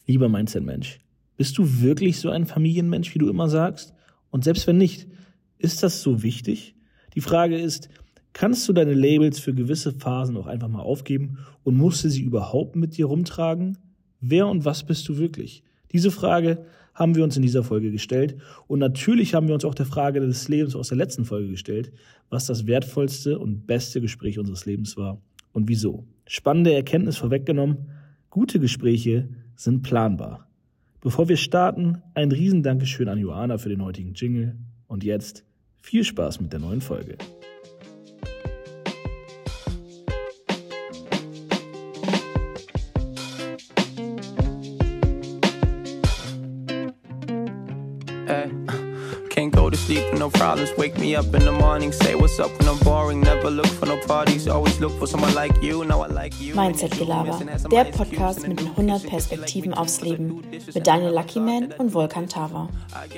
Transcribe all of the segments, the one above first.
Lieber Mindset-Mensch, bist du wirklich so ein Familienmensch, wie du immer sagst? Und selbst wenn nicht, ist das so wichtig? Die Frage ist, kannst du deine Labels für gewisse Phasen auch einfach mal aufgeben und musst du sie überhaupt mit dir rumtragen? Wer und was bist du wirklich? Diese Frage haben wir uns in dieser Folge gestellt. Und natürlich haben wir uns auch der Frage des Lebens aus der letzten Folge gestellt, was das wertvollste und beste Gespräch unseres Lebens war und wieso. Spannende Erkenntnis vorweggenommen, gute Gespräche sind planbar. Bevor wir starten, ein Riesendankeschön an Joanna für den heutigen Jingle. Und jetzt viel Spaß mit der neuen Folge. Can't go to sleep with no problems. Wake me up in the morning. Say what's up when I'm boring. Never look for no parties. Always look for someone like you. Now I like you. Mindset-Gelaber, der Podcast mit den 100 Perspektiven aufs Leben. Mit Daniel Luckyman und Volkan Tava.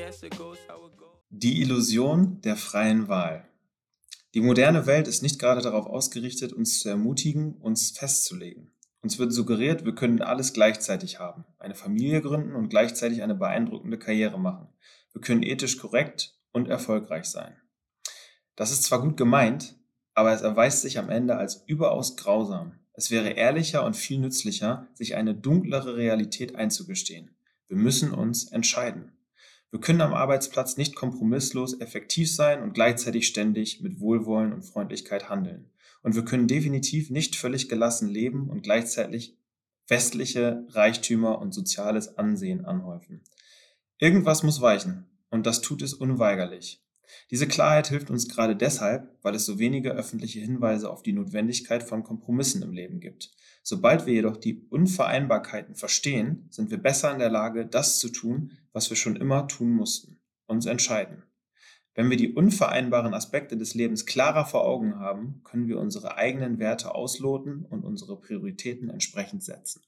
Die Illusion der freien Wahl. Die moderne Welt ist nicht gerade darauf ausgerichtet, uns zu ermutigen, uns festzulegen. Uns wird suggeriert, wir können alles gleichzeitig haben. Eine Familie gründen und gleichzeitig eine beeindruckende Karriere machen. Wir können ethisch korrekt und erfolgreich sein. Das ist zwar gut gemeint, aber es erweist sich am Ende als überaus grausam. Es wäre ehrlicher und viel nützlicher, sich eine dunklere Realität einzugestehen. Wir müssen uns entscheiden. Wir können am Arbeitsplatz nicht kompromisslos effektiv sein und gleichzeitig ständig mit Wohlwollen und Freundlichkeit handeln. Und wir können definitiv nicht völlig gelassen leben und gleichzeitig westliche Reichtümer und soziales Ansehen anhäufen. Irgendwas muss weichen, und das tut es unweigerlich. Diese Klarheit hilft uns gerade deshalb, weil es so wenige öffentliche Hinweise auf die Notwendigkeit von Kompromissen im Leben gibt. Sobald wir jedoch die Unvereinbarkeiten verstehen, sind wir besser in der Lage, das zu tun, was wir schon immer tun mussten, uns entscheiden. Wenn wir die unvereinbaren Aspekte des Lebens klarer vor Augen haben, können wir unsere eigenen Werte ausloten und unsere Prioritäten entsprechend setzen.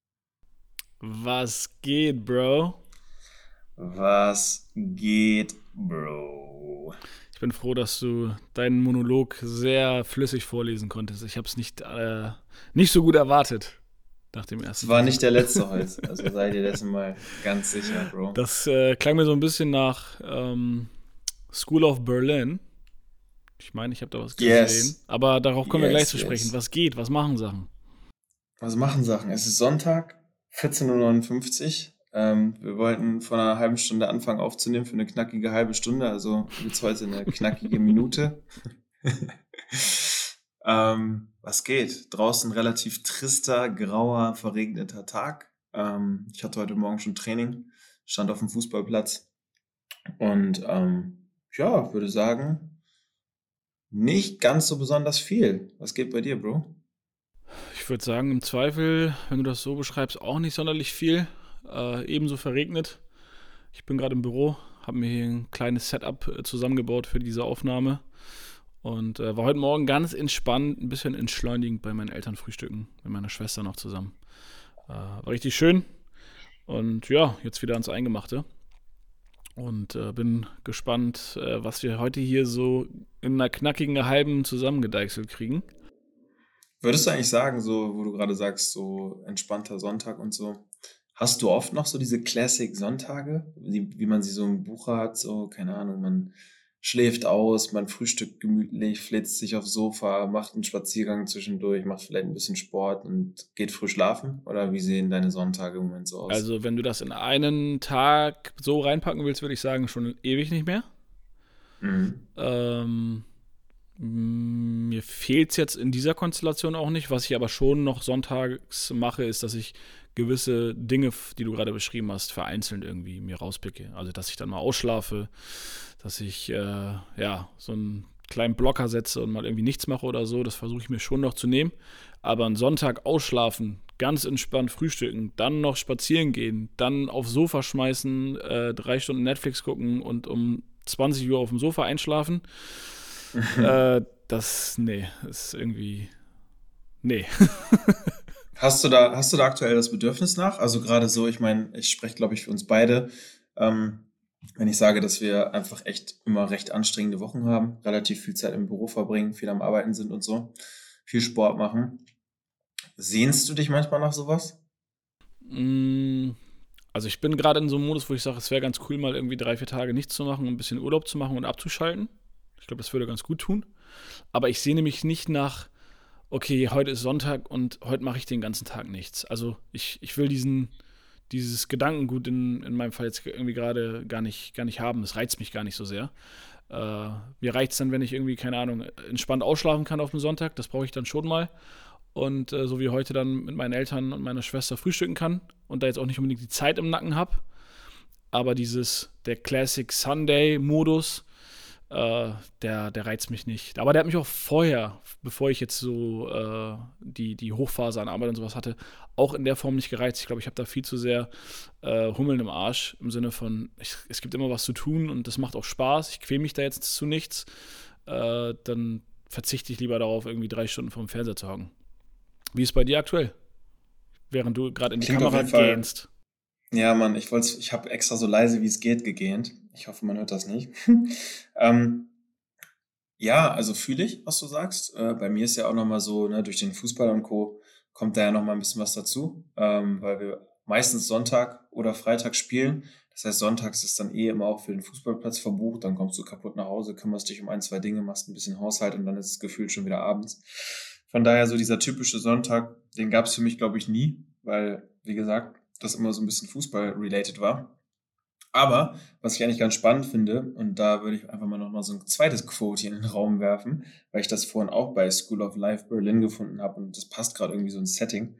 Was geht, Bro? Was geht, Bro? Ich bin froh, dass du deinen Monolog sehr flüssig vorlesen konntest. Ich habe es nicht so gut erwartet nach dem ersten. Es war nicht der letzte heute, also sei dir dessen mal ganz sicher, Bro. Das klang mir so ein bisschen nach School of Berlin. Ich meine, ich habe da was gesehen. Yes. Aber darauf kommen wir gleich zu Yes. sprechen. Was geht? Was machen Sachen? Was machen Sachen? Es ist Sonntag, 14.59 Uhr. Wir wollten vor einer halben Stunde anfangen aufzunehmen für eine knackige halbe Stunde, also jetzt heute eine knackige Minute. Was geht? Draußen relativ trister, grauer, verregneter Tag. Ich hatte heute Morgen schon Training, stand auf dem Fußballplatz und würde sagen, nicht ganz so besonders viel. Was geht bei dir, Bro? Ich würde sagen, im Zweifel, wenn du das so beschreibst, auch nicht sonderlich viel. Ebenso verregnet. Ich bin gerade im Büro, habe mir hier ein kleines Setup zusammengebaut für diese Aufnahme und war heute Morgen ganz entspannt, ein bisschen entschleunigend bei meinen Eltern frühstücken, mit meiner Schwester noch zusammen. War richtig schön und ja, jetzt wieder ans Eingemachte und bin gespannt, was wir heute hier so in einer knackigen halben zusammengedeichselt kriegen. Würdest du eigentlich sagen, so, wo du gerade sagst, so entspannter Sonntag und so, hast du oft noch so diese Classic-Sonntage, wie man sie so im Buch hat, so, keine Ahnung, man schläft aus, man frühstückt gemütlich, flitzt sich aufs Sofa, macht einen Spaziergang zwischendurch, macht vielleicht ein bisschen Sport und geht früh schlafen? Oder wie sehen deine Sonntage im Moment so aus? Also wenn du das in einen Tag so reinpacken willst, würde ich sagen, schon ewig nicht mehr. Mir fehlt es jetzt in dieser Konstellation auch nicht. Was ich aber schon noch sonntags mache, ist, dass ich gewisse Dinge, die du gerade beschrieben hast, vereinzelt irgendwie mir rauspicke. Also, dass ich dann mal ausschlafe, dass ich so einen kleinen Blocker setze und mal irgendwie nichts mache oder so. Das versuche ich mir schon noch zu nehmen. Aber einen Sonntag ausschlafen, ganz entspannt frühstücken, dann noch spazieren gehen, dann aufs Sofa schmeißen, 3 Stunden Netflix gucken und um 20 Uhr auf dem Sofa einschlafen. Das ist irgendwie, nee. Hast du da aktuell das Bedürfnis nach? Also gerade so, ich meine, ich spreche, glaube ich, für uns beide, wenn ich sage, dass wir einfach echt immer recht anstrengende Wochen haben, relativ viel Zeit im Büro verbringen, viel am Arbeiten sind und so, viel Sport machen. Sehnst du dich manchmal nach sowas? Also ich bin gerade in so einem Modus, wo ich sage, es wäre ganz cool, mal irgendwie 3-4 Tage nichts zu machen, ein bisschen Urlaub zu machen und abzuschalten. Ich glaube, das würde ganz gut tun. Aber ich sehne mich nicht nach, okay, heute ist Sonntag und heute mache ich den ganzen Tag nichts. Also ich will dieses Gedankengut in meinem Fall jetzt irgendwie gerade gar nicht haben. Das reizt mich gar nicht so sehr. Mir reicht es dann, wenn ich irgendwie, keine Ahnung, entspannt ausschlafen kann auf dem Sonntag. Das brauche ich dann schon mal. Und so wie heute dann mit meinen Eltern und meiner Schwester frühstücken kann und da jetzt auch nicht unbedingt die Zeit im Nacken habe. Aber der Classic Sunday-Modus, der reizt mich nicht. Aber der hat mich auch vorher, bevor ich jetzt so die Hochphase an Arbeit und sowas hatte, auch in der Form nicht gereizt. Ich glaube, ich habe da viel zu sehr Hummeln im Arsch, im Sinne von, es gibt immer was zu tun und das macht auch Spaß. Ich quäle mich da jetzt zu nichts. Dann verzichte ich lieber darauf, irgendwie 3 Stunden vorm Fernseher zu hocken. Wie ist es bei dir aktuell? Während du gerade in die Klingt Kamera auf jeden Fall. gähnst. Ja, Mann, ich habe extra so leise wie es geht gegähnt. Ich hoffe, man hört das nicht. Ja, also fühle ich, was du sagst. Bei mir ist ja auch nochmal so, ne, durch den Fußball und Co. kommt da ja nochmal ein bisschen was dazu, weil wir meistens Sonntag oder Freitag spielen. Das heißt, sonntags ist dann immer auch für den Fußballplatz verbucht. Dann kommst du kaputt nach Hause, kümmerst dich um 1, 2 Dinge, machst ein bisschen Haushalt und dann ist es gefühlt schon wieder abends. Von daher so dieser typische Sonntag, den gab es für mich, glaube ich, nie, weil, wie gesagt, das immer so ein bisschen Fußball-related war. Aber, was ich eigentlich ganz spannend finde, und da würde ich einfach mal nochmal so ein zweites Quote hier in den Raum werfen, weil ich das vorhin auch bei School of Life Berlin gefunden habe und das passt gerade irgendwie so ins Setting.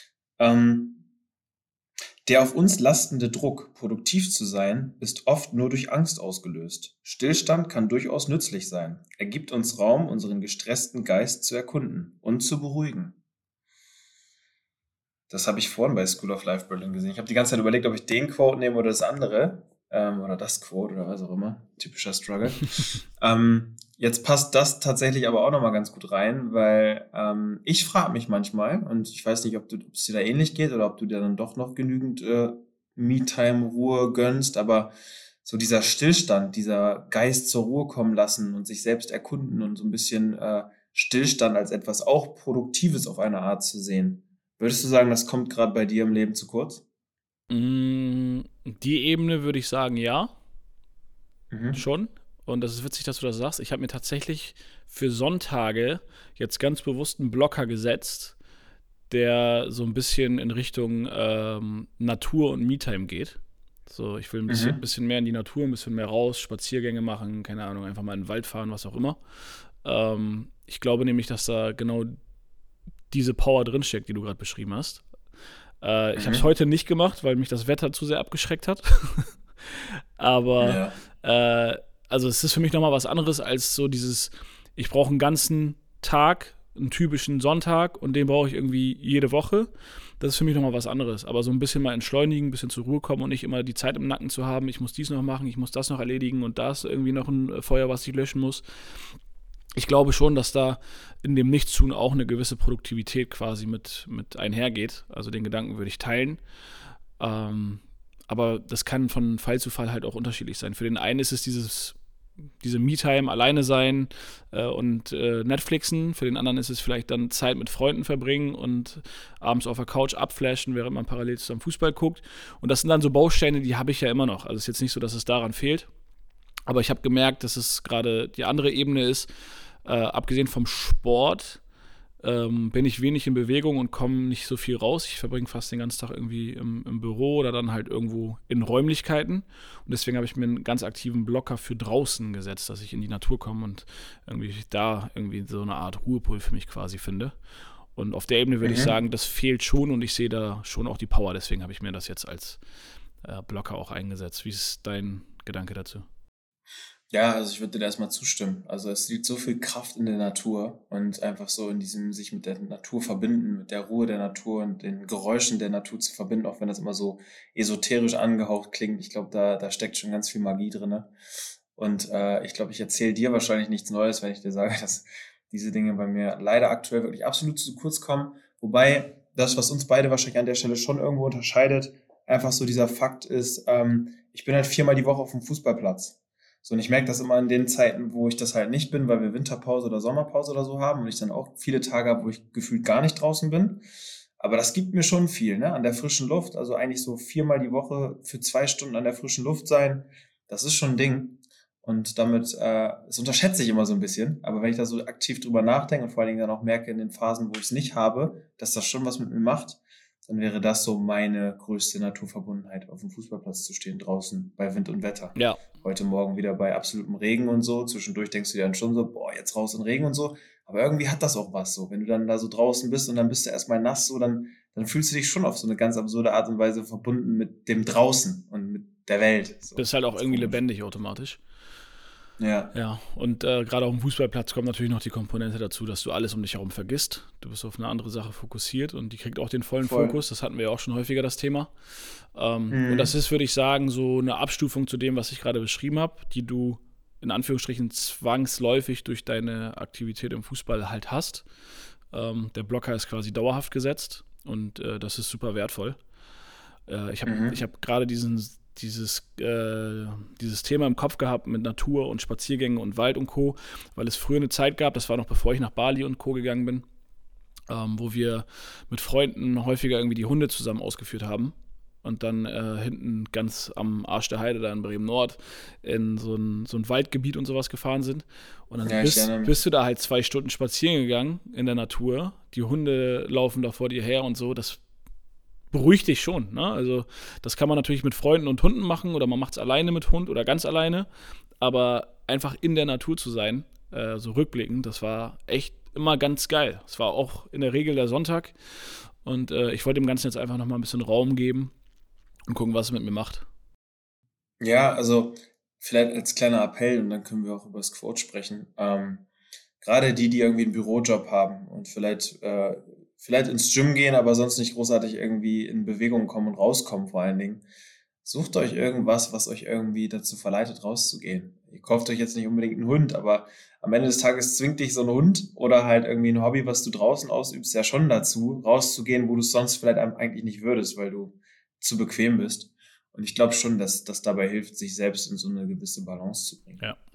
Der auf uns lastende Druck, produktiv zu sein, ist oft nur durch Angst ausgelöst. Stillstand kann durchaus nützlich sein. Er gibt uns Raum, unseren gestressten Geist zu erkunden und zu beruhigen. Das habe ich vorhin bei School of Life Berlin gesehen. Ich habe die ganze Zeit überlegt, ob ich den Quote nehme oder das andere. Oder das Quote oder was auch immer. Typischer Struggle. Jetzt passt das tatsächlich aber auch nochmal ganz gut rein, weil ich frage mich manchmal, und ich weiß nicht, ob es dir da ähnlich geht oder ob du dir dann doch noch genügend Me-Time, Ruhe gönnst, aber so dieser Stillstand, dieser Geist zur Ruhe kommen lassen und sich selbst erkunden und so ein bisschen Stillstand als etwas auch Produktives auf eine Art zu sehen. Würdest du sagen, das kommt gerade bei dir im Leben zu kurz? Die Ebene würde ich sagen, ja. Mhm. Schon. Und das ist witzig, dass du das sagst. Ich habe mir tatsächlich für Sonntage jetzt ganz bewusst einen Blocker gesetzt, der so ein bisschen in Richtung Natur und Me-Time geht. So, ich will ein bisschen mehr in die Natur, ein bisschen mehr raus, Spaziergänge machen, keine Ahnung, einfach mal in den Wald fahren, was auch immer. Ich glaube nämlich, dass da genau diese Power drinsteckt, die du gerade beschrieben hast. Ich habe es heute nicht gemacht, weil mich das Wetter zu sehr abgeschreckt hat. Aber also es ist für mich nochmal was anderes als so dieses, ich brauche einen ganzen Tag, einen typischen Sonntag und den brauche ich irgendwie jede Woche. Das ist für mich nochmal was anderes. Aber so ein bisschen mal entschleunigen, ein bisschen zur Ruhe kommen und nicht immer die Zeit im Nacken zu haben, ich muss dies noch machen, ich muss das noch erledigen und da ist irgendwie noch ein Feuer, was ich löschen muss. Ich glaube schon, dass da in dem Nichtstun auch eine gewisse Produktivität quasi mit einhergeht. Also den Gedanken würde ich teilen. Aber das kann von Fall zu Fall halt auch unterschiedlich sein. Für den einen ist es diese Me-Time, alleine sein und Netflixen. Für den anderen ist es vielleicht dann Zeit mit Freunden verbringen und abends auf der Couch abflashen, während man parallel zusammen Fußball guckt. Und das sind dann so Bausteine, die habe ich ja immer noch. Also es ist jetzt nicht so, dass es daran fehlt. Aber ich habe gemerkt, dass es gerade die andere Ebene ist. Abgesehen vom Sport bin ich wenig in Bewegung und komme nicht so viel raus. Ich verbringe fast den ganzen Tag irgendwie im Büro oder dann halt irgendwo in Räumlichkeiten. Und deswegen habe ich mir einen ganz aktiven Blocker für draußen gesetzt, dass ich in die Natur komme und irgendwie da irgendwie so eine Art Ruhepol für mich quasi finde. Und auf der Ebene würde ich sagen, das fehlt schon und ich sehe da schon auch die Power. Deswegen habe ich mir das jetzt als Blocker auch eingesetzt. Wie ist dein Gedanke dazu? Ja, also ich würde dir da erstmal zustimmen. Also es liegt so viel Kraft in der Natur und einfach so in diesem sich mit der Natur verbinden, mit der Ruhe der Natur und den Geräuschen der Natur zu verbinden, auch wenn das immer so esoterisch angehaucht klingt. Ich glaube, da steckt schon ganz viel Magie drin. Und ich glaube, ich erzähle dir wahrscheinlich nichts Neues, wenn ich dir sage, dass diese Dinge bei mir leider aktuell wirklich absolut zu kurz kommen. Wobei das, was uns beide wahrscheinlich an der Stelle schon irgendwo unterscheidet, einfach so dieser Fakt ist, ich bin halt 4-mal die Woche auf dem Fußballplatz. So, und ich merke das immer in den Zeiten, wo ich das halt nicht bin, weil wir Winterpause oder Sommerpause oder so haben und ich dann auch viele Tage habe, wo ich gefühlt gar nicht draußen bin. Aber das gibt mir schon viel, ne? An der frischen Luft, also eigentlich so 4-mal die Woche für 2 Stunden an der frischen Luft sein, das ist schon ein Ding. Und damit, das unterschätze ich immer so ein bisschen. Aber wenn ich da so aktiv drüber nachdenke und vor allen Dingen dann auch merke in den Phasen, wo ich es nicht habe, dass das schon was mit mir macht, dann wäre das so meine größte Naturverbundenheit, auf dem Fußballplatz zu stehen, draußen bei Wind und Wetter. Ja. Heute Morgen wieder bei absolutem Regen und so. Zwischendurch denkst du dir dann schon so, boah, jetzt raus in Regen und so. Aber irgendwie hat das auch was so. Wenn du dann da so draußen bist und dann bist du erstmal nass, so, dann fühlst du dich schon auf so eine ganz absurde Art und Weise verbunden mit dem Draußen und mit der Welt. So. Bist halt auch irgendwie lebendig automatisch. Ja. Ja, und gerade auf dem Fußballplatz kommt natürlich noch die Komponente dazu, dass du alles um dich herum vergisst. Du bist auf eine andere Sache fokussiert und die kriegt auch den vollen Fokus. Das hatten wir ja auch schon häufiger, das Thema. Und das ist, würde ich sagen, so eine Abstufung zu dem, was ich gerade beschrieben habe, die du in Anführungsstrichen zwangsläufig durch deine Aktivität im Fußball halt hast. Der Blocker ist quasi dauerhaft gesetzt und das ist super wertvoll. Ich hab gerade dieses Thema im Kopf gehabt mit Natur und Spaziergängen und Wald und Co., weil es früher eine Zeit gab, das war noch bevor ich nach Bali und Co. gegangen bin, wo wir mit Freunden häufiger irgendwie die Hunde zusammen ausgeführt haben und dann hinten ganz am Arsch der Heide da in Bremen-Nord in so ein Waldgebiet und sowas gefahren sind. Und dann bist du da halt 2 Stunden spazieren gegangen in der Natur, die Hunde laufen da vor dir her und so, das beruhigt dich schon, ne? Also das kann man natürlich mit Freunden und Hunden machen oder man macht es alleine mit Hund oder ganz alleine, aber einfach in der Natur zu sein, so rückblickend, das war echt immer ganz geil. Es war auch in der Regel der Sonntag und ich wollte dem Ganzen jetzt einfach nochmal ein bisschen Raum geben und gucken, was es mit mir macht. Ja, also vielleicht als kleiner Appell und dann können wir auch über das Quote sprechen. Gerade die irgendwie einen Bürojob haben und vielleicht ins Gym gehen, aber sonst nicht großartig irgendwie in Bewegung kommen und rauskommen vor allen Dingen. Sucht euch irgendwas, was euch irgendwie dazu verleitet, rauszugehen. Ihr kauft euch jetzt nicht unbedingt einen Hund, aber am Ende des Tages zwingt dich so ein Hund oder halt irgendwie ein Hobby, was du draußen ausübst, ja schon dazu, rauszugehen, wo du es sonst vielleicht eigentlich nicht würdest, weil du zu bequem bist. Und ich glaube schon, dass das dabei hilft, sich selbst in so eine gewisse Balance zu bringen. Ja.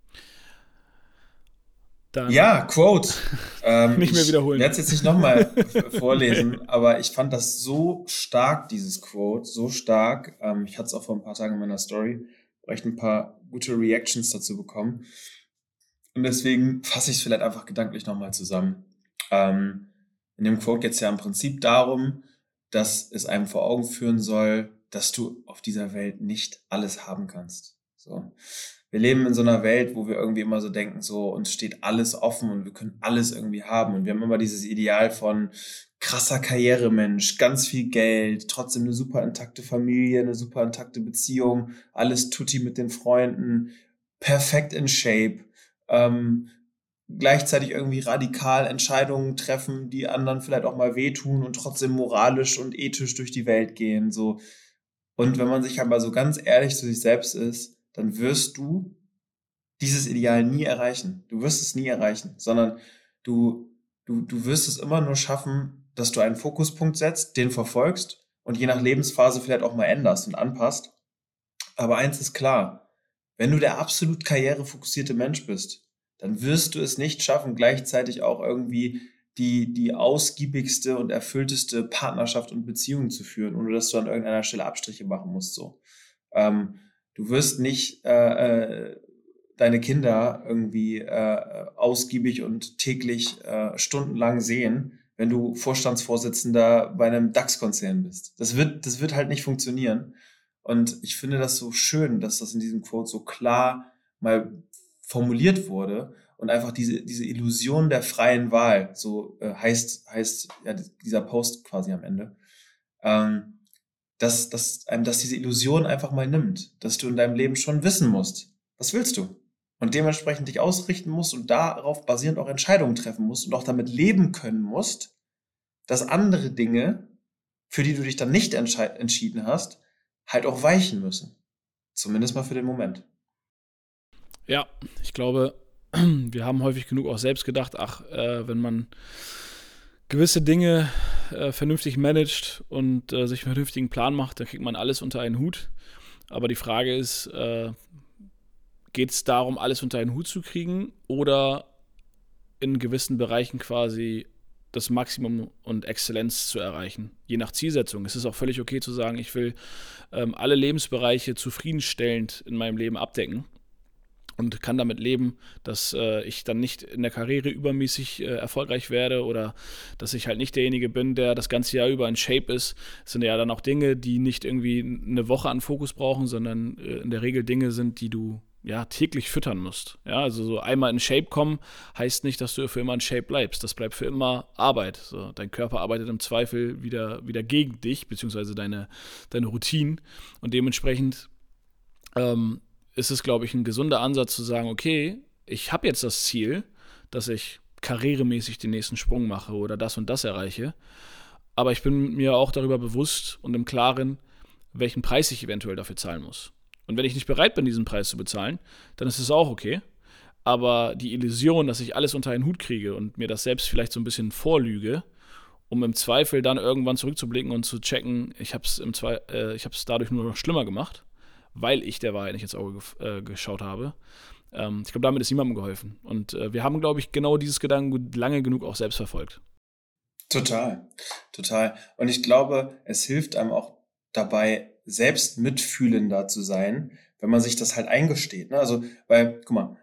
Dann ja, Quote. nicht mehr wiederholen. Ich werde es jetzt nicht nochmal vorlesen, aber ich fand das so stark, dieses Quote, so stark. Ich hatte es auch vor ein paar Tagen in meiner Story, echt ein paar gute Reactions dazu bekommen. Und deswegen fasse ich es vielleicht einfach gedanklich nochmal zusammen. In dem Quote geht es ja im Prinzip darum, dass es einem vor Augen führen soll, dass du auf dieser Welt nicht alles haben kannst. So. Wir leben in so einer Welt, wo wir irgendwie immer so denken, so uns steht alles offen und wir können alles irgendwie haben. Und wir haben immer dieses Ideal von krasser Karrieremensch, ganz viel Geld, trotzdem eine super intakte Familie, eine super intakte Beziehung, alles tutti mit den Freunden, perfekt in Shape, gleichzeitig irgendwie radikal Entscheidungen treffen, die anderen vielleicht auch mal wehtun und trotzdem moralisch und ethisch durch die Welt gehen. So. Und wenn man sich aber so ganz ehrlich zu sich selbst ist, dann wirst du dieses Ideal nie erreichen. Du wirst es nie erreichen, sondern du wirst es immer nur schaffen, dass du einen Fokuspunkt setzt, den verfolgst und je nach Lebensphase vielleicht auch mal änderst und anpasst. Aber eins ist klar, wenn du der absolut karrierefokussierte Mensch bist, dann wirst du es nicht schaffen, gleichzeitig auch irgendwie die ausgiebigste und erfüllteste Partnerschaft und Beziehung zu führen, ohne dass du an irgendeiner Stelle Abstriche machen musst. So. Du wirst nicht deine Kinder irgendwie ausgiebig und täglich stundenlang sehen, wenn du Vorstandsvorsitzender bei einem DAX-Konzern bist. Das wird halt nicht funktionieren. Und ich finde das so schön, dass das in diesem Quote so klar mal formuliert wurde und einfach diese Illusion der freien Wahl, so heißt ja dieser Post quasi am Ende, dass einem das diese Illusion einfach mal nimmt, dass du in deinem Leben schon wissen musst, was willst du? Und dementsprechend dich ausrichten musst und darauf basierend auch Entscheidungen treffen musst und auch damit leben können musst, dass andere Dinge, für die du dich dann nicht entschieden hast, halt auch weichen müssen. Zumindest mal für den Moment. Ja, ich glaube, wir haben häufig genug auch selbst gedacht, wenn man gewisse Dinge vernünftig managt und sich einen vernünftigen Plan macht, dann kriegt man alles unter einen Hut. Aber die Frage ist, geht es darum, alles unter einen Hut zu kriegen oder in gewissen Bereichen quasi das Maximum und Exzellenz zu erreichen, je nach Zielsetzung. Es ist auch völlig okay zu sagen, ich will alle Lebensbereiche zufriedenstellend in meinem Leben abdecken und kann damit leben, dass ich dann nicht in der Karriere übermäßig erfolgreich werde oder dass ich halt nicht derjenige bin, der das ganze Jahr über in Shape ist. Es sind ja dann auch Dinge, die nicht irgendwie eine Woche an Fokus brauchen, sondern in der Regel Dinge sind, die du täglich füttern musst. Ja, also so einmal in Shape kommen heißt nicht, dass du für immer in Shape bleibst. Das bleibt für immer Arbeit. So, dein Körper arbeitet im Zweifel wieder gegen dich, beziehungsweise deine Routinen. Und dementsprechend ist es, glaube ich, ein gesunder Ansatz zu sagen, okay, ich habe jetzt das Ziel, dass ich karrieremäßig den nächsten Sprung mache oder das und das erreiche. Aber ich bin mir auch darüber bewusst und im Klaren, welchen Preis ich eventuell dafür zahlen muss. Und wenn ich nicht bereit bin, diesen Preis zu bezahlen, dann ist es auch okay. Aber die Illusion, dass ich alles unter einen Hut kriege und mir das selbst vielleicht so ein bisschen vorlüge, um im Zweifel dann irgendwann zurückzublicken und zu checken, ich habe es dadurch nur noch schlimmer gemacht, weil ich der Wahrheit nicht ins Auge geschaut habe. Ich glaube, damit ist niemandem geholfen. Und wir haben, glaube ich, genau dieses Gedankengut lange genug auch selbst verfolgt. Total. Und ich glaube, es hilft einem auch dabei, selbst mitfühlender zu sein, wenn man sich das halt eingesteht. Ne? Also, weil, guck mal,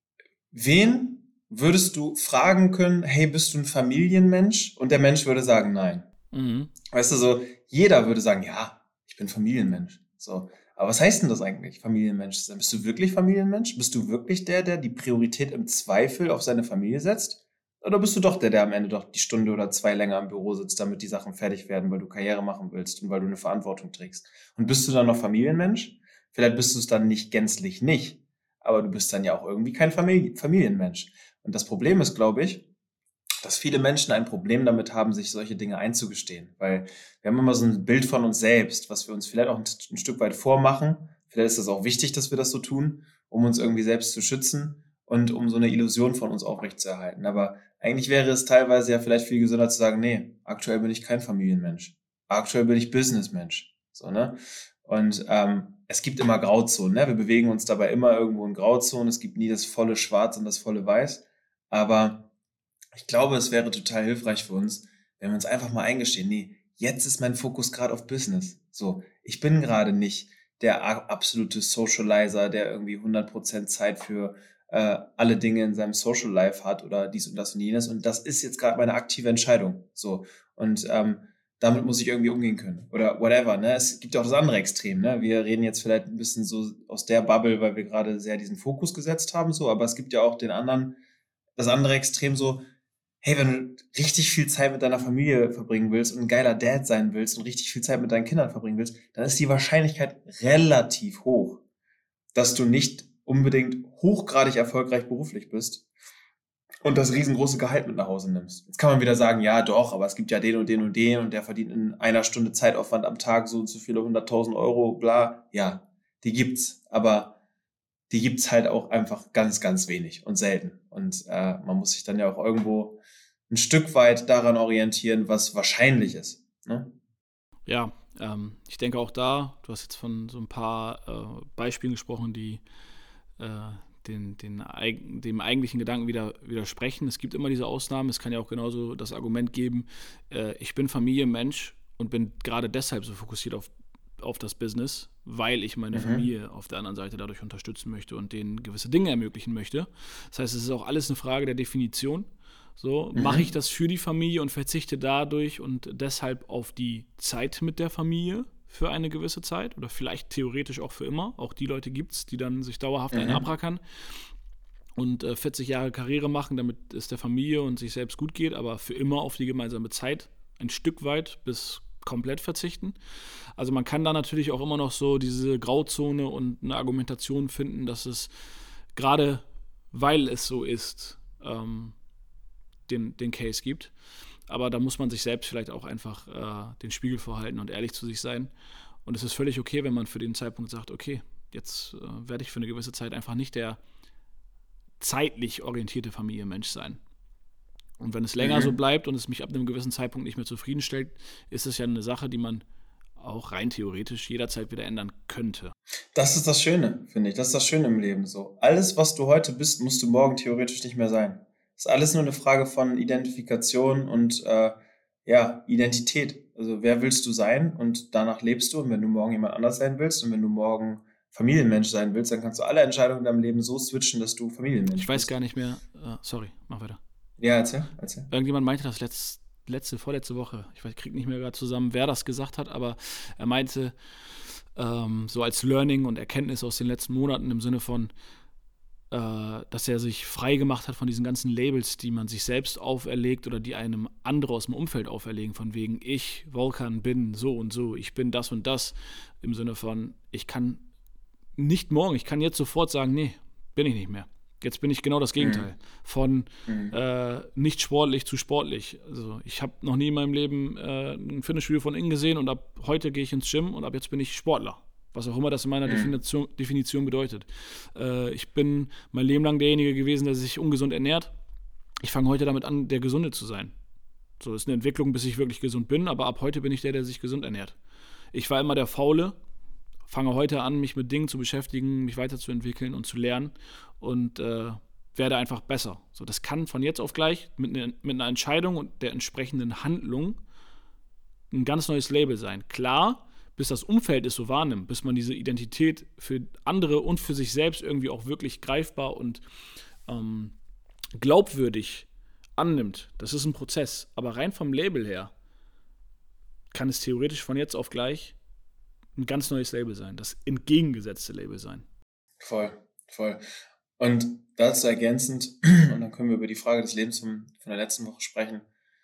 wen würdest du fragen können, hey, bist du ein Familienmensch? Und der Mensch würde sagen, nein. Mhm. Weißt du, so, jeder würde sagen, ja, ich bin Familienmensch. So. Aber was heißt denn das eigentlich, Familienmensch zu sein? Bist du wirklich Familienmensch? Bist du wirklich der die Priorität im Zweifel auf seine Familie setzt? Oder bist du doch der am Ende doch die Stunde oder 2 länger im Büro sitzt, damit die Sachen fertig werden, weil du Karriere machen willst und weil du eine Verantwortung trägst? Und bist du dann noch Familienmensch? Vielleicht bist du es dann nicht gänzlich nicht, aber du bist dann ja auch irgendwie kein Familienmensch. Und das Problem ist, glaube ich, dass viele Menschen ein Problem damit haben, sich solche Dinge einzugestehen. Weil wir haben immer so ein Bild von uns selbst, was wir uns vielleicht auch ein Stück weit vormachen. Vielleicht ist es auch wichtig, dass wir das so tun, um uns irgendwie selbst zu schützen und um so eine Illusion von uns aufrechtzuerhalten. Aber eigentlich wäre es teilweise ja vielleicht viel gesünder zu sagen, nee, aktuell bin ich kein Familienmensch. Aktuell bin ich Businessmensch. So, ne? Und es gibt immer Grauzonen. Ne? Wir bewegen uns dabei immer irgendwo in Grauzonen. Es gibt nie das volle Schwarz und das volle Weiß. Aber ich glaube, es wäre total hilfreich für uns, wenn wir uns einfach mal eingestehen, nee, jetzt ist mein Fokus gerade auf Business. So, ich bin gerade nicht der absolute Socializer, der irgendwie 100% Zeit für alle Dinge in seinem Social Life hat oder dies und das und jenes. Und das ist jetzt gerade meine aktive Entscheidung. So, und damit muss ich irgendwie umgehen können. Oder whatever, ne? Es gibt ja auch das andere Extrem, ne? Wir reden jetzt vielleicht ein bisschen so aus der Bubble, weil wir gerade sehr diesen Fokus gesetzt haben, so, aber es gibt ja auch das andere Extrem so, hey, wenn du richtig viel Zeit mit deiner Familie verbringen willst und ein geiler Dad sein willst und richtig viel Zeit mit deinen Kindern verbringen willst, dann ist die Wahrscheinlichkeit relativ hoch, dass du nicht unbedingt hochgradig erfolgreich beruflich bist und das riesengroße Gehalt mit nach Hause nimmst. Jetzt kann man wieder sagen, ja doch, aber es gibt ja den und den und den und der verdient in einer Stunde Zeitaufwand am Tag so und so viele 100.000 Euro, bla. Ja, die gibt's, aber die gibt's halt auch einfach ganz, ganz wenig und selten. Und man muss sich dann ja auch irgendwo ein Stück weit daran orientieren, was wahrscheinlich ist. Ne? Ja, ich denke auch da, du hast jetzt von so ein paar Beispielen gesprochen, die dem eigentlichen Gedanken widersprechen. Es gibt immer diese Ausnahmen. Es kann ja auch genauso das Argument geben, ich bin Familienmensch und bin gerade deshalb so fokussiert auf das Business, weil ich meine Familie auf der anderen Seite dadurch unterstützen möchte und denen gewisse Dinge ermöglichen möchte. Das heißt, es ist auch alles eine Frage der Definition. So, mache ich das für die Familie und verzichte dadurch und deshalb auf die Zeit mit der Familie für eine gewisse Zeit oder vielleicht theoretisch auch für immer. Auch die Leute gibt es, die dann sich dauerhaft einen abrackern und 40 Jahre Karriere machen, damit es der Familie und sich selbst gut geht, aber für immer auf die gemeinsame Zeit ein Stück weit bis komplett verzichten. Also man kann da natürlich auch immer noch so diese Grauzone und eine Argumentation finden, dass es gerade, weil es so ist, den Case gibt. Aber da muss man sich selbst vielleicht auch einfach den Spiegel vorhalten und ehrlich zu sich sein. Und es ist völlig okay, wenn man für den Zeitpunkt sagt, okay, jetzt werde ich für eine gewisse Zeit einfach nicht der zeitlich orientierte Familienmensch sein. Und wenn es länger so bleibt und es mich ab einem gewissen Zeitpunkt nicht mehr zufriedenstellt, ist es ja eine Sache, die man auch rein theoretisch jederzeit wieder ändern könnte. Das ist das Schöne, finde ich. Das ist das Schöne im Leben so. Alles, was du heute bist, musst du morgen theoretisch nicht mehr sein. ist alles nur eine Frage von Identifikation und Identität. Also wer willst du sein und danach lebst du. Und wenn du morgen jemand anders sein willst und wenn du morgen Familienmensch sein willst, dann kannst du alle Entscheidungen in deinem Leben so switchen, dass du Familienmensch bist. Ich weiß gar nicht mehr. Sorry, mach weiter. Ja, erzähl. Irgendjemand meinte das vorletzte Woche. Ich krieg nicht mehr gerade zusammen, wer das gesagt hat, aber er meinte, so als Learning und Erkenntnis aus den letzten Monaten im Sinne von, dass er sich frei gemacht hat von diesen ganzen Labels, die man sich selbst auferlegt oder die einem andere aus dem Umfeld auferlegen, von wegen ich, Volkan, bin so und so, ich bin das und das, im Sinne von, ich kann nicht morgen, ich kann jetzt sofort sagen, nee, bin ich nicht mehr. Jetzt bin ich genau das Gegenteil. Von nicht sportlich zu sportlich. Also ich habe noch nie in meinem Leben ein Fitnessstudio von innen gesehen und ab heute gehe ich ins Gym und ab jetzt bin ich Sportler. Was auch immer das in meiner Definition bedeutet. Ich bin mein Leben lang derjenige gewesen, der sich ungesund ernährt. Ich fange heute damit an, der Gesunde zu sein. So ist eine Entwicklung, bis ich wirklich gesund bin, aber ab heute bin ich der sich gesund ernährt. Ich war immer der Faule, fange heute an, mich mit Dingen zu beschäftigen, mich weiterzuentwickeln und zu lernen und werde einfach besser. So, das kann von jetzt auf gleich mit einer Entscheidung und der entsprechenden Handlung ein ganz neues Label sein. Klar, bis das Umfeld es so wahrnimmt, bis man diese Identität für andere und für sich selbst irgendwie auch wirklich greifbar und glaubwürdig annimmt. Das ist ein Prozess. Aber rein vom Label her kann es theoretisch von jetzt auf gleich ein ganz neues Label sein, das entgegengesetzte Label sein. Voll. Und dazu ergänzend, und dann können wir über die Frage des Lebens von der letzten Woche sprechen.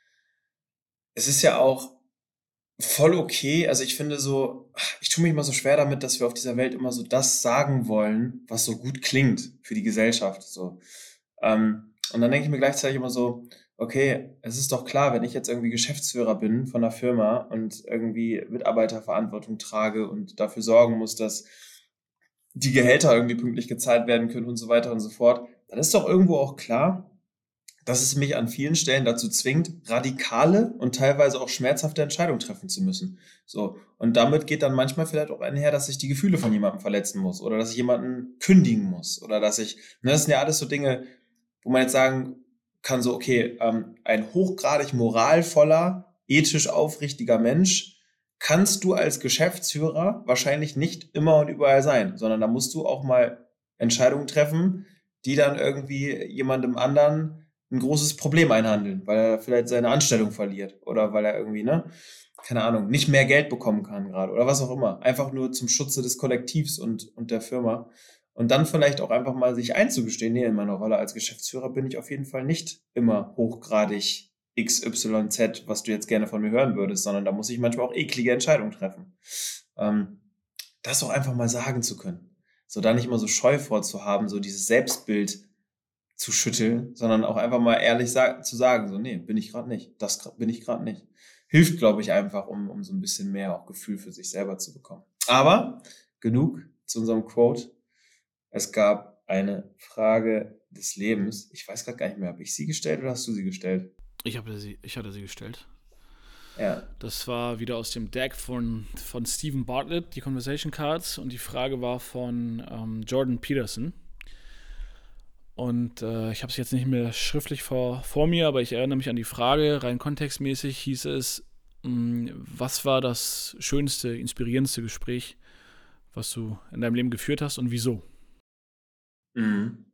Es ist ja auch voll okay, also ich finde so, ich tue mich immer so schwer damit, dass wir auf dieser Welt immer so das sagen wollen, was so gut klingt für die Gesellschaft. So. Und dann denke ich mir gleichzeitig immer so, okay, es ist doch klar, wenn ich jetzt irgendwie Geschäftsführer bin von einer Firma und irgendwie Mitarbeiterverantwortung trage und dafür sorgen muss, dass die Gehälter irgendwie pünktlich gezahlt werden können und so weiter und so fort, dann ist doch irgendwo auch klar, dass es mich an vielen Stellen dazu zwingt, radikale und teilweise auch schmerzhafte Entscheidungen treffen zu müssen. So. Und damit geht dann manchmal vielleicht auch einher, dass ich die Gefühle von jemandem verletzen muss oder dass ich jemanden kündigen muss oder dass das sind ja alles so Dinge, wo man jetzt sagen kann, so, okay, ein hochgradig moralvoller, ethisch aufrichtiger Mensch kannst du als Geschäftsführer wahrscheinlich nicht immer und überall sein, sondern da musst du auch mal Entscheidungen treffen, die dann irgendwie jemandem anderen ein großes Problem einhandeln, weil er vielleicht seine Anstellung verliert oder weil er irgendwie, keine Ahnung, nicht mehr Geld bekommen kann gerade oder was auch immer. Einfach nur zum Schutze des Kollektivs und der Firma. Und dann vielleicht auch einfach mal sich einzugestehen, nee, in meiner Rolle als Geschäftsführer bin ich auf jeden Fall nicht immer hochgradig XYZ, was du jetzt gerne von mir hören würdest, sondern da muss ich manchmal auch eklige Entscheidungen treffen. Das auch einfach mal sagen zu können. So da nicht immer so Scheu vorzuhaben, so dieses Selbstbild zu schütteln, sondern auch einfach mal ehrlich zu sagen, so, nee, bin ich gerade nicht. Bin ich gerade nicht. Hilft, glaube ich, einfach, um so ein bisschen mehr auch Gefühl für sich selber zu bekommen. Aber genug zu unserem Quote. Es gab eine Frage des Lebens. Ich weiß gerade gar nicht mehr, habe ich sie gestellt oder hast du sie gestellt? Ich hatte sie gestellt. Ja. Das war wieder aus dem Deck von Stephen Bartlett, die Conversation Cards, und die Frage war von Jordan Peterson. Und ich habe es jetzt nicht mehr schriftlich vor mir, aber ich erinnere mich an die Frage, rein kontextmäßig hieß es, was war das schönste, inspirierendste Gespräch, was du in deinem Leben geführt hast und wieso? Mhm.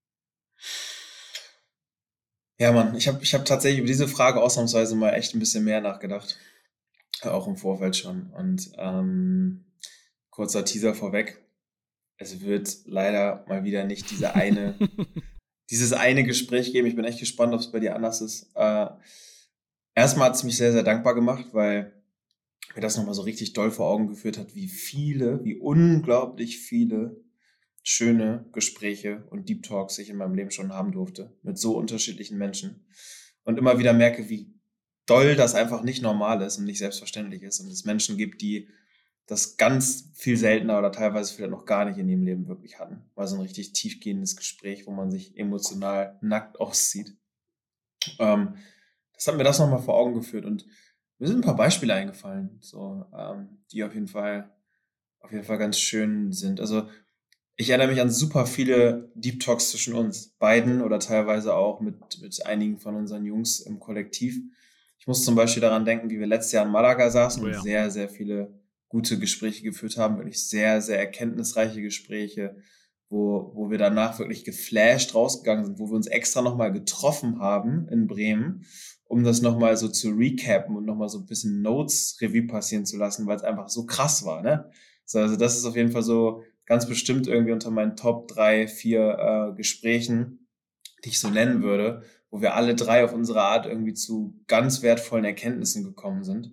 Ja, Mann, ich hab tatsächlich über diese Frage ausnahmsweise mal echt ein bisschen mehr nachgedacht. Auch im Vorfeld schon. Und kurzer Teaser vorweg. Es wird leider mal wieder nicht dieses eine Gespräch geben. Ich bin echt gespannt, ob es bei dir anders ist. Erstmal hat es mich sehr, sehr dankbar gemacht, weil mir das nochmal so richtig doll vor Augen geführt hat, wie unglaublich viele schöne Gespräche und Deep Talks ich in meinem Leben schon haben durfte. Mit so unterschiedlichen Menschen. Und immer wieder merke, wie doll das einfach nicht normal ist und nicht selbstverständlich ist. Und es Menschen gibt, die das ganz viel seltener oder teilweise vielleicht noch gar nicht in ihrem Leben wirklich hatten. War so ein richtig tiefgehendes Gespräch, wo man sich emotional nackt auszieht. Das hat mir das nochmal vor Augen geführt und mir sind ein paar Beispiele eingefallen, so, die auf jeden Fall ganz schön sind. Also Ich erinnere mich an super viele Deep Talks zwischen uns beiden oder teilweise auch mit einigen von unseren Jungs im Kollektiv. Ich muss zum Beispiel daran denken, wie wir letztes Jahr in Malaga saßen und sehr, sehr viele gute Gespräche geführt haben, wirklich sehr, sehr erkenntnisreiche Gespräche, wo wir danach wirklich geflasht rausgegangen sind, wo wir uns extra nochmal getroffen haben in Bremen, um das nochmal so zu recappen und nochmal so ein bisschen Notes Revue passieren zu lassen, weil es einfach so krass war, ne? So, also das ist auf jeden Fall so ganz bestimmt irgendwie unter meinen Top 3, 4 Gesprächen, die ich so nennen würde, wo wir alle drei auf unsere Art irgendwie zu ganz wertvollen Erkenntnissen gekommen sind.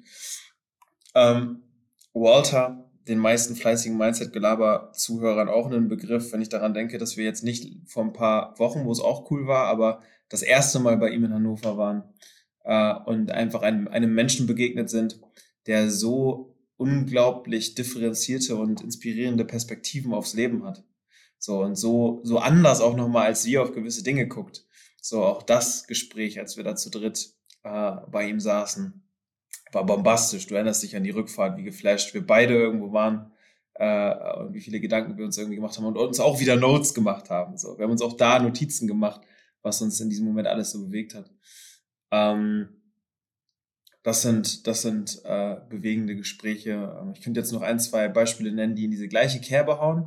Walter, den meisten fleißigen Mindset-Gelaber-Zuhörern auch einen Begriff, wenn ich daran denke, dass wir jetzt nicht vor ein paar Wochen, wo es auch cool war, aber das erste Mal bei ihm in Hannover waren und einfach einem Menschen begegnet sind, der so unglaublich differenzierte und inspirierende Perspektiven aufs Leben hat. So und so anders auch nochmal, als wir auf gewisse Dinge guckt. So auch das Gespräch, als wir da zu dritt bei ihm saßen, war bombastisch. Du erinnerst dich an die Rückfahrt, wie geflasht wir beide irgendwo waren und wie viele Gedanken wir uns irgendwie gemacht haben und uns auch wieder Notes gemacht haben. So, wir haben uns auch da Notizen gemacht, was uns in diesem Moment alles so bewegt hat. Das sind bewegende Gespräche. Ich könnte jetzt noch 1, 2 Beispiele nennen, die in diese gleiche Kerbe hauen.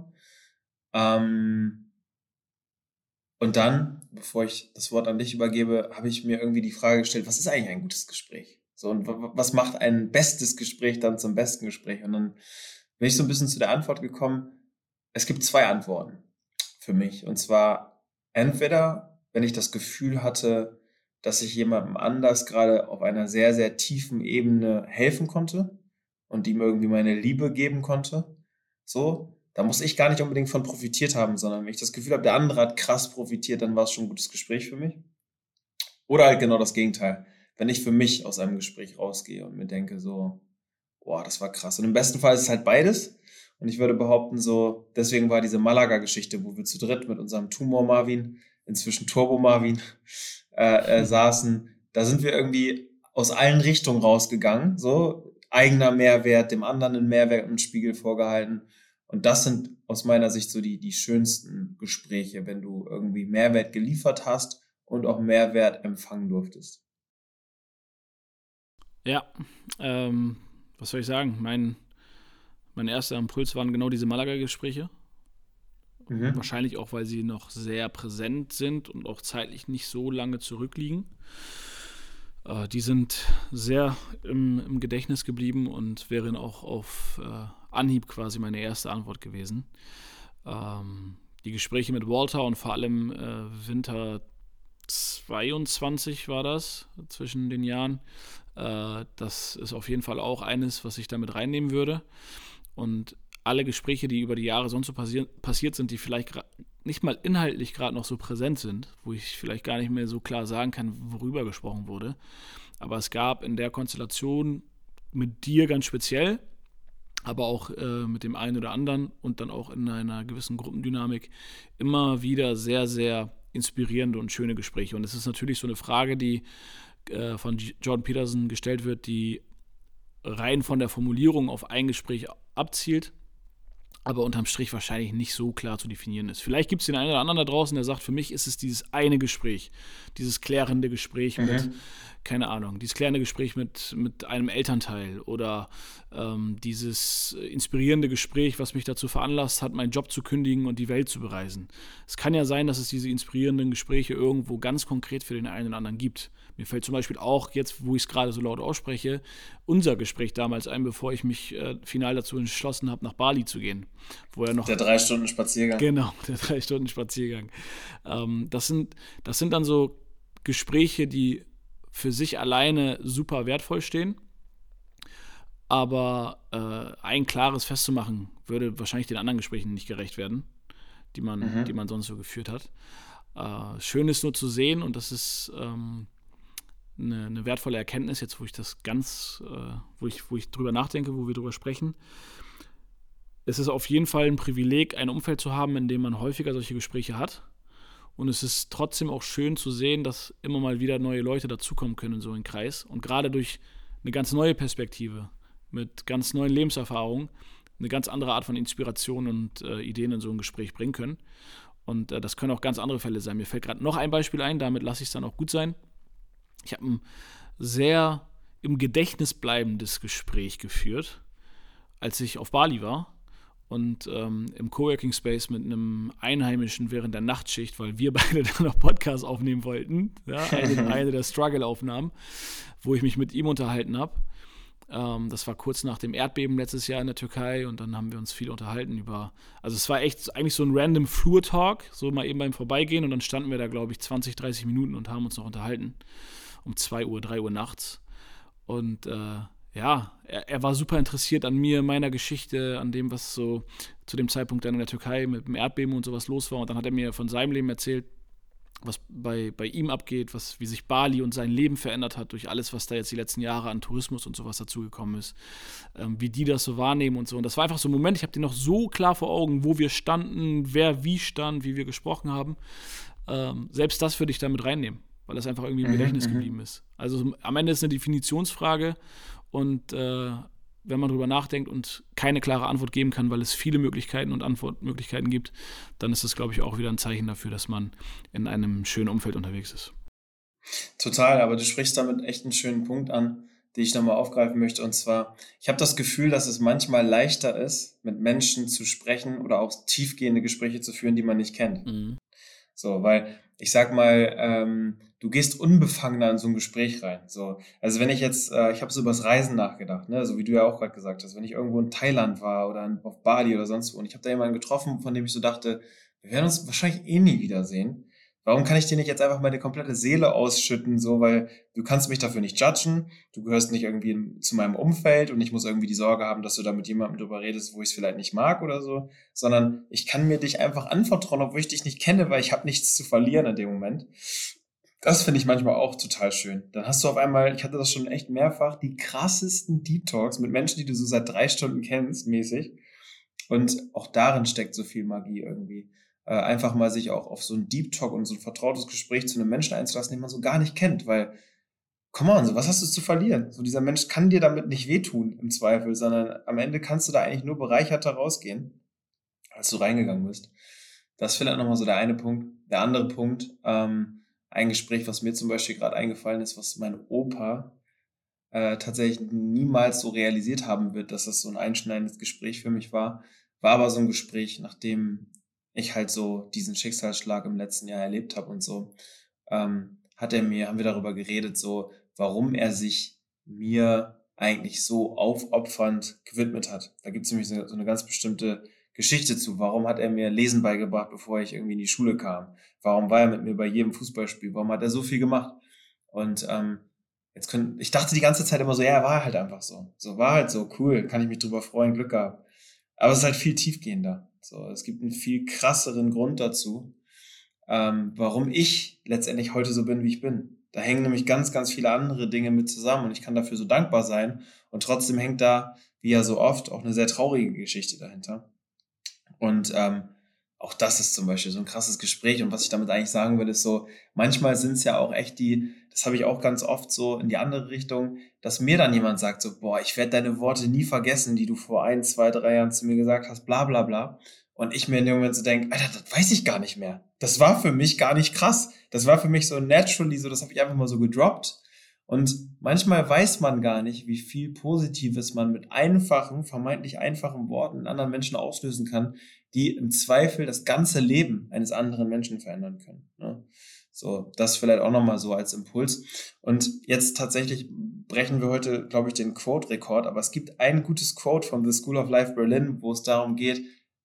Und dann, bevor ich das Wort an dich übergebe, habe ich mir irgendwie die Frage gestellt, was ist eigentlich ein gutes Gespräch? So, und was macht ein bestes Gespräch dann zum besten Gespräch? Und dann bin ich so ein bisschen zu der Antwort gekommen, es gibt 2 Antworten für mich. Und zwar entweder, wenn ich das Gefühl hatte, dass ich jemandem anders gerade auf einer sehr, sehr tiefen Ebene helfen konnte und ihm irgendwie meine Liebe geben konnte, so, da muss ich gar nicht unbedingt von profitiert haben, sondern wenn ich das Gefühl habe, der andere hat krass profitiert, dann war es schon ein gutes Gespräch für mich. Oder halt genau das Gegenteil. Wenn ich für mich aus einem Gespräch rausgehe und mir denke so, boah, das war krass. Und im besten Fall ist es halt beides. Und ich würde behaupten so, deswegen war diese Malaga-Geschichte, wo wir zu dritt mit unserem Tumor Marvin, inzwischen Turbo Marvin, saßen, da sind wir irgendwie aus allen Richtungen rausgegangen, so eigener Mehrwert, dem anderen einen Mehrwert und Spiegel vorgehalten. Und das sind aus meiner Sicht so die schönsten Gespräche, wenn du irgendwie Mehrwert geliefert hast und auch Mehrwert empfangen durftest. Ja, was soll ich sagen? Mein erster Impuls waren genau diese Malaga-Gespräche. Wahrscheinlich auch, weil sie noch sehr präsent sind und auch zeitlich nicht so lange zurückliegen. Die sind sehr im Gedächtnis geblieben und wären auch auf Anhieb quasi meine erste Antwort gewesen. Die Gespräche mit Walter und vor allem Winter 22 war das, zwischen den Jahren. Das ist auf jeden Fall auch eines, was ich damit reinnehmen würde. Und alle Gespräche, die über die Jahre sonst so passiert sind, die vielleicht nicht mal inhaltlich gerade noch so präsent sind, wo ich vielleicht gar nicht mehr so klar sagen kann, worüber gesprochen wurde. Aber es gab in der Konstellation mit dir ganz speziell, aber auch mit dem einen oder anderen und dann auch in einer gewissen Gruppendynamik immer wieder sehr, sehr inspirierende und schöne Gespräche. Und es ist natürlich so eine Frage, die von Jordan Peterson gestellt wird, die rein von der Formulierung auf ein Gespräch abzielt, aber unterm Strich wahrscheinlich nicht so klar zu definieren ist. Vielleicht gibt es den einen oder anderen da draußen, der sagt, für mich ist es dieses eine Gespräch, dieses klärende Gespräch mit, keine Ahnung, dieses klärende Gespräch mit einem Elternteil oder dieses inspirierende Gespräch, was mich dazu veranlasst hat, meinen Job zu kündigen und die Welt zu bereisen. Es kann ja sein, dass es diese inspirierenden Gespräche irgendwo ganz konkret für den einen oder anderen gibt. Mir fällt zum Beispiel auch jetzt, wo ich es gerade so laut ausspreche, unser Gespräch damals ein, bevor ich mich final dazu entschlossen habe, nach Bali zu gehen. Wo er noch der 3 Stunden Spaziergang. Genau, der 3 Stunden Spaziergang. Das sind dann so Gespräche, die für sich alleine super wertvoll stehen. Aber ein klares festzumachen, würde wahrscheinlich den anderen Gesprächen nicht gerecht werden, die man sonst so geführt hat. Schön ist nur zu sehen, und das ist eine wertvolle Erkenntnis, jetzt wo ich das wo ich drüber nachdenke, wo wir drüber sprechen. Es ist auf jeden Fall ein Privileg, ein Umfeld zu haben, in dem man häufiger solche Gespräche hat. Und es ist trotzdem auch schön zu sehen, dass immer mal wieder neue Leute dazukommen können in so einen Kreis. Und gerade durch eine ganz neue Perspektive, mit ganz neuen Lebenserfahrungen, eine ganz andere Art von Inspiration und Ideen in so ein Gespräch bringen können. Und das können auch ganz andere Fälle sein. Mir fällt gerade noch ein Beispiel ein, damit lasse ich es dann auch gut sein. Ich habe ein sehr im Gedächtnis bleibendes Gespräch geführt, als ich auf Bali war und im Coworking Space mit einem Einheimischen während der Nachtschicht, weil wir beide dann noch Podcasts aufnehmen wollten, ja, eine der Struggle-Aufnahmen, wo ich mich mit ihm unterhalten habe. Das war kurz nach dem Erdbeben letztes Jahr in der Türkei und dann haben wir uns viel unterhalten also es war echt eigentlich so ein random Flur-Talk, so mal eben beim Vorbeigehen und dann standen wir da, glaube ich, 20, 30 Minuten und haben uns noch unterhalten um 2 Uhr, 3 Uhr nachts und er war super interessiert an mir, meiner Geschichte, an dem, was so zu dem Zeitpunkt dann in der Türkei mit dem Erdbeben und sowas los war und dann hat er mir von seinem Leben erzählt, was bei ihm abgeht, wie sich Bali und sein Leben verändert hat durch alles, was da jetzt die letzten Jahre an Tourismus und sowas dazugekommen ist, wie die das so wahrnehmen und so. Und das war einfach so ein Moment, ich habe den noch so klar vor Augen, wo wir standen, wer wie stand, wie wir gesprochen haben. Selbst das würde ich da mit reinnehmen, weil das einfach irgendwie im Gedächtnis geblieben ist. Also am Ende ist eine Definitionsfrage und wenn man drüber nachdenkt und keine klare Antwort geben kann, weil es viele Möglichkeiten und Antwortmöglichkeiten gibt, dann ist das, glaube ich, auch wieder ein Zeichen dafür, dass man in einem schönen Umfeld unterwegs ist. Total, aber du sprichst damit echt einen schönen Punkt an, den ich nochmal aufgreifen möchte. Und zwar, ich habe das Gefühl, dass es manchmal leichter ist, mit Menschen zu sprechen oder auch tiefgehende Gespräche zu führen, die man nicht kennt. Mhm. So, weil ich sag mal, du gehst unbefangener in so ein Gespräch rein. So, also wenn ich jetzt, ich habe so über das Reisen nachgedacht, ne, so wie du ja auch gerade gesagt hast, wenn ich irgendwo in Thailand war oder auf Bali oder sonst wo und ich habe da jemanden getroffen, von dem ich so dachte, wir werden uns wahrscheinlich eh nie wiedersehen. Warum kann ich dir nicht jetzt einfach meine komplette Seele ausschütten, so, weil du kannst mich dafür nicht judgen, du gehörst nicht irgendwie zu meinem Umfeld und ich muss irgendwie die Sorge haben, dass du da mit jemandem drüber redest, wo ich es vielleicht nicht mag oder so, sondern ich kann mir dich einfach anvertrauen, obwohl ich dich nicht kenne, weil ich habe nichts zu verlieren in dem Moment. Das finde ich manchmal auch total schön. Dann hast du auf einmal, ich hatte das schon echt mehrfach, die krassesten Deep Talks mit Menschen, die du so seit 3 Stunden kennst, mäßig. Und auch darin steckt so viel Magie irgendwie. Einfach mal sich auch auf so einen Deep Talk und so ein vertrautes Gespräch zu einem Menschen einzulassen, den man so gar nicht kennt, weil, come on, so, was hast du zu verlieren? So, dieser Mensch kann dir damit nicht wehtun, im Zweifel, sondern am Ende kannst du da eigentlich nur bereicherter rausgehen, als du reingegangen bist. Das ist vielleicht nochmal so der eine Punkt. Der andere Punkt, ein Gespräch, was mir zum Beispiel gerade eingefallen ist, was mein Opa tatsächlich niemals so realisiert haben wird, dass das so ein einschneidendes Gespräch für mich war aber so ein Gespräch, nachdem ich halt so diesen Schicksalsschlag im letzten Jahr erlebt habe und so, haben wir darüber geredet, so, warum er sich mir eigentlich so aufopfernd gewidmet hat. Da gibt es nämlich so eine ganz bestimmte Geschichte zu. Warum hat er mir Lesen beigebracht, bevor ich irgendwie in die Schule kam? Warum war er mit mir bei jedem Fußballspiel? Warum hat er so viel gemacht? Und ich dachte die ganze Zeit immer so, ja, er war halt einfach so. So, war halt so, cool, kann ich mich drüber freuen, Glück gehabt. Aber es ist halt viel tiefgehender. So, es gibt einen viel krasseren Grund dazu, warum ich letztendlich heute so bin, wie ich bin. Da hängen nämlich ganz, ganz viele andere Dinge mit zusammen und ich kann dafür so dankbar sein. Und trotzdem hängt da, wie ja so oft, auch eine sehr traurige Geschichte dahinter. Und auch das ist zum Beispiel so ein krasses Gespräch. Und was ich damit eigentlich sagen will, ist so, manchmal sind es ja auch echt das habe ich auch ganz oft so in die andere Richtung, dass mir dann jemand sagt so, boah, ich werde deine Worte nie vergessen, die du vor 1, 2, 3 Jahren zu mir gesagt hast, bla bla bla. Und ich mir in dem Moment so denke, Alter, das weiß ich gar nicht mehr. Das war für mich gar nicht krass. Das war für mich so naturally, so das habe ich einfach mal so gedroppt. Und manchmal weiß man gar nicht, wie viel Positives man mit vermeintlich einfachen Worten in anderen Menschen auslösen kann, die im Zweifel das ganze Leben eines anderen Menschen verändern können. Ne? So, das vielleicht auch nochmal so als Impuls. Und jetzt tatsächlich brechen wir heute, glaube ich, den Quote-Rekord, aber es gibt ein gutes Quote von The School of Life Berlin, wo es darum geht,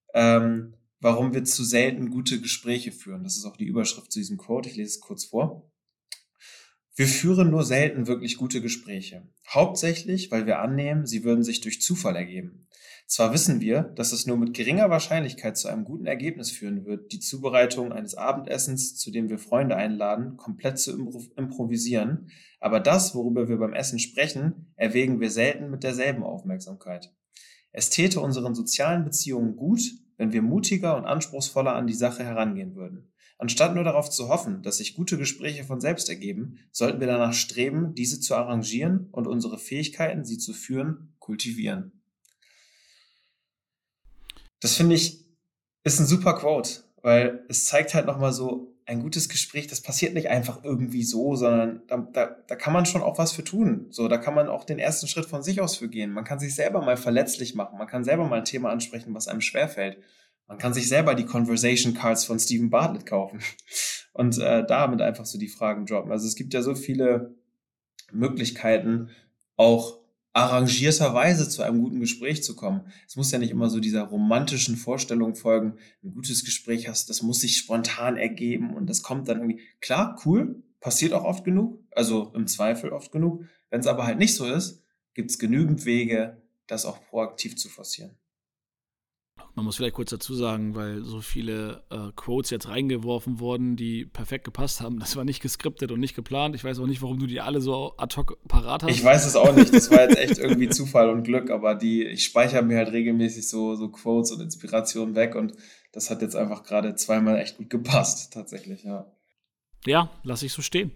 warum wir zu selten gute Gespräche führen. Das ist auch die Überschrift zu diesem Quote. Ich lese es kurz vor. Wir führen nur selten wirklich gute Gespräche. Hauptsächlich, weil wir annehmen, sie würden sich durch Zufall ergeben. Zwar wissen wir, dass es nur mit geringer Wahrscheinlichkeit zu einem guten Ergebnis führen wird, die Zubereitung eines Abendessens, zu dem wir Freunde einladen, komplett zu improvisieren, aber das, worüber wir beim Essen sprechen, erwägen wir selten mit derselben Aufmerksamkeit. Es täte unseren sozialen Beziehungen gut, wenn wir mutiger und anspruchsvoller an die Sache herangehen würden. Anstatt nur darauf zu hoffen, dass sich gute Gespräche von selbst ergeben, sollten wir danach streben, diese zu arrangieren und unsere Fähigkeiten, sie zu führen, kultivieren. Das finde ich, ist ein super Quote, weil es zeigt halt nochmal so, ein gutes Gespräch, das passiert nicht einfach irgendwie so, sondern da kann man schon auch was für tun. So, da kann man auch den ersten Schritt von sich aus für gehen. Man kann sich selber mal verletzlich machen. Man kann selber mal ein Thema ansprechen, was einem schwerfällt. Man kann sich selber die Conversation Cards von Stephen Bartlett kaufen und damit einfach so die Fragen droppen. Also es gibt ja so viele Möglichkeiten, auch arrangierterweise zu einem guten Gespräch zu kommen. Es muss ja nicht immer so dieser romantischen Vorstellung folgen, ein gutes Gespräch hast, das muss sich spontan ergeben und das kommt dann irgendwie, klar, cool, passiert auch oft genug, also im Zweifel oft genug. Wenn es aber halt nicht so ist, gibt es genügend Wege, das auch proaktiv zu forcieren. Man muss vielleicht kurz dazu sagen, weil so viele Quotes jetzt reingeworfen wurden, die perfekt gepasst haben. Das war nicht geskriptet und nicht geplant. Ich weiß auch nicht, warum du die alle so ad hoc parat hast. Ich weiß es auch nicht. Das war jetzt echt irgendwie Zufall und Glück, aber ich speichere mir halt regelmäßig so Quotes und Inspirationen weg und das hat jetzt einfach gerade zweimal echt gut gepasst, tatsächlich, ja. Ja, lass ich so stehen.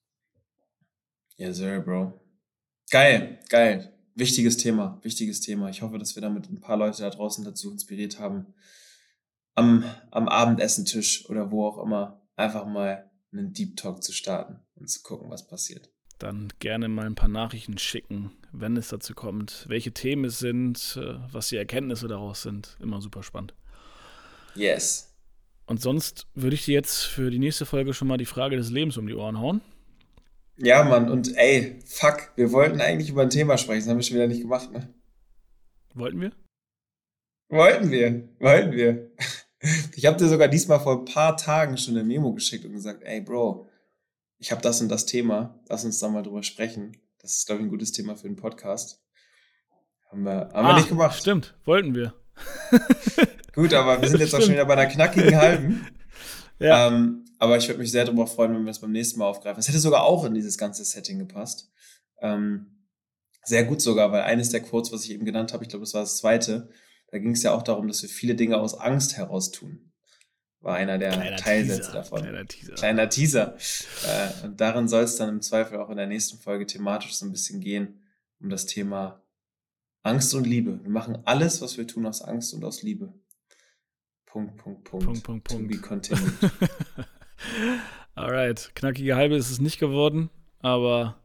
Yes, sir, Bro. Geil. Wichtiges Thema. Ich hoffe, dass wir damit ein paar Leute da draußen dazu inspiriert haben, am Abendessentisch oder wo auch immer einfach mal einen Deep Talk zu starten und zu gucken, was passiert. Dann gerne mal ein paar Nachrichten schicken, wenn es dazu kommt, welche Themen es sind, was die Erkenntnisse daraus sind. Immer super spannend. Yes. Und sonst würde ich dir jetzt für die nächste Folge schon mal die Frage des Lebens um die Ohren hauen. Ja, Mann, und ey, fuck, wir wollten eigentlich über ein Thema sprechen, das haben wir schon wieder nicht gemacht, ne? Wollten wir? Wollten wir. Ich habe dir sogar diesmal vor ein paar Tagen schon eine Memo geschickt und gesagt, ey, Bro, ich habe das und das Thema, lass uns da mal drüber sprechen. Das ist, glaube ich, ein gutes Thema für den Podcast. Haben wir nicht gemacht. Stimmt, wollten wir. Gut, aber wir sind jetzt auch schon wieder bei einer knackigen halben. Ja. Aber ich würde mich sehr darüber freuen, wenn wir das beim nächsten Mal aufgreifen. Es hätte sogar auch in dieses ganze Setting gepasst. Sehr gut sogar, weil eines der Quotes, was ich eben genannt habe, ich glaube, das war das zweite, da ging es ja auch darum, dass wir viele Dinge aus Angst heraus tun. War einer der Teilsätze davon. Kleiner Teaser. Und darin soll es dann im Zweifel auch in der nächsten Folge thematisch so ein bisschen gehen, um das Thema Angst und Liebe. Wir machen alles, was wir tun, aus Angst und aus Liebe. Punkt. To be continued. Alright, knackige halbe ist es nicht geworden, aber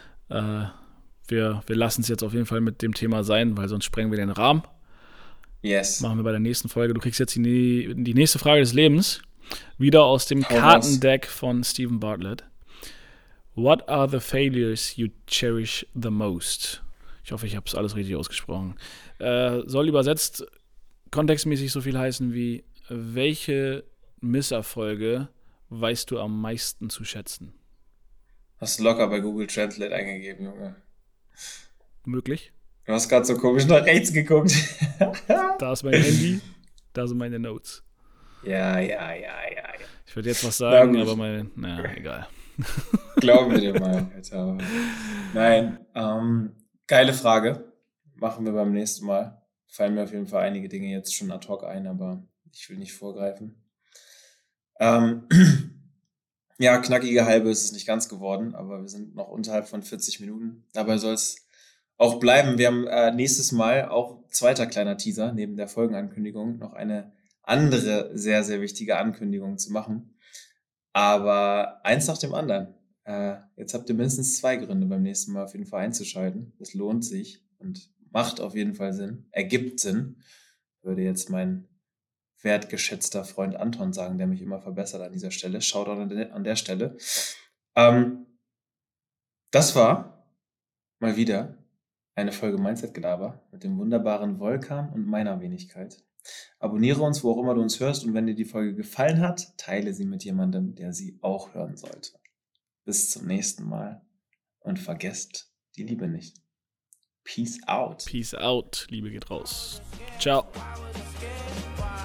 wir lassen es jetzt auf jeden Fall mit dem Thema sein, weil sonst sprengen wir den Rahmen. Yes. Machen wir bei der nächsten Folge. Du kriegst jetzt die nächste Frage des Lebens, wieder aus dem Kartendeck von Stephen Bartlett. What are the failures you cherish the most? Ich hoffe, ich habe es alles richtig ausgesprochen. Soll übersetzt kontextmäßig so viel heißen wie, welche Misserfolge weißt du am meisten zu schätzen? Hast du locker bei Google Translate eingegeben, Junge. Möglich. Du hast gerade so komisch nach rechts geguckt. Da ist mein Handy, da sind meine Notes. Ja. Ich würde jetzt was sagen, aber egal. Glauben wir dir mal, Alter. Nein, geile Frage. Machen wir beim nächsten Mal. Fallen mir auf jeden Fall einige Dinge jetzt schon ad hoc ein, aber ich will nicht vorgreifen. Ja, knackige halbe ist es nicht ganz geworden, aber wir sind noch unterhalb von 40 Minuten. Dabei soll es auch bleiben. Wir haben nächstes Mal auch zweiter kleiner Teaser, neben der Folgenankündigung, noch eine andere sehr, sehr wichtige Ankündigung zu machen. Aber eins nach dem anderen. Jetzt habt ihr mindestens 2 Gründe beim nächsten Mal auf jeden Fall einzuschalten. Es lohnt sich und macht auf jeden Fall Sinn, ergibt Sinn, würde jetzt mein wertgeschätzter Freund Anton sagen, der mich immer verbessert an dieser Stelle. Shoutout an der Stelle. Das war mal wieder eine Folge Mindset-Gelaber mit dem wunderbaren Volkan und meiner Wenigkeit. Abonniere uns, wo auch immer du uns hörst, und wenn dir die Folge gefallen hat, teile sie mit jemandem, der sie auch hören sollte. Bis zum nächsten Mal und vergesst die Liebe nicht. Peace out. Peace out. Liebe geht raus. Ciao.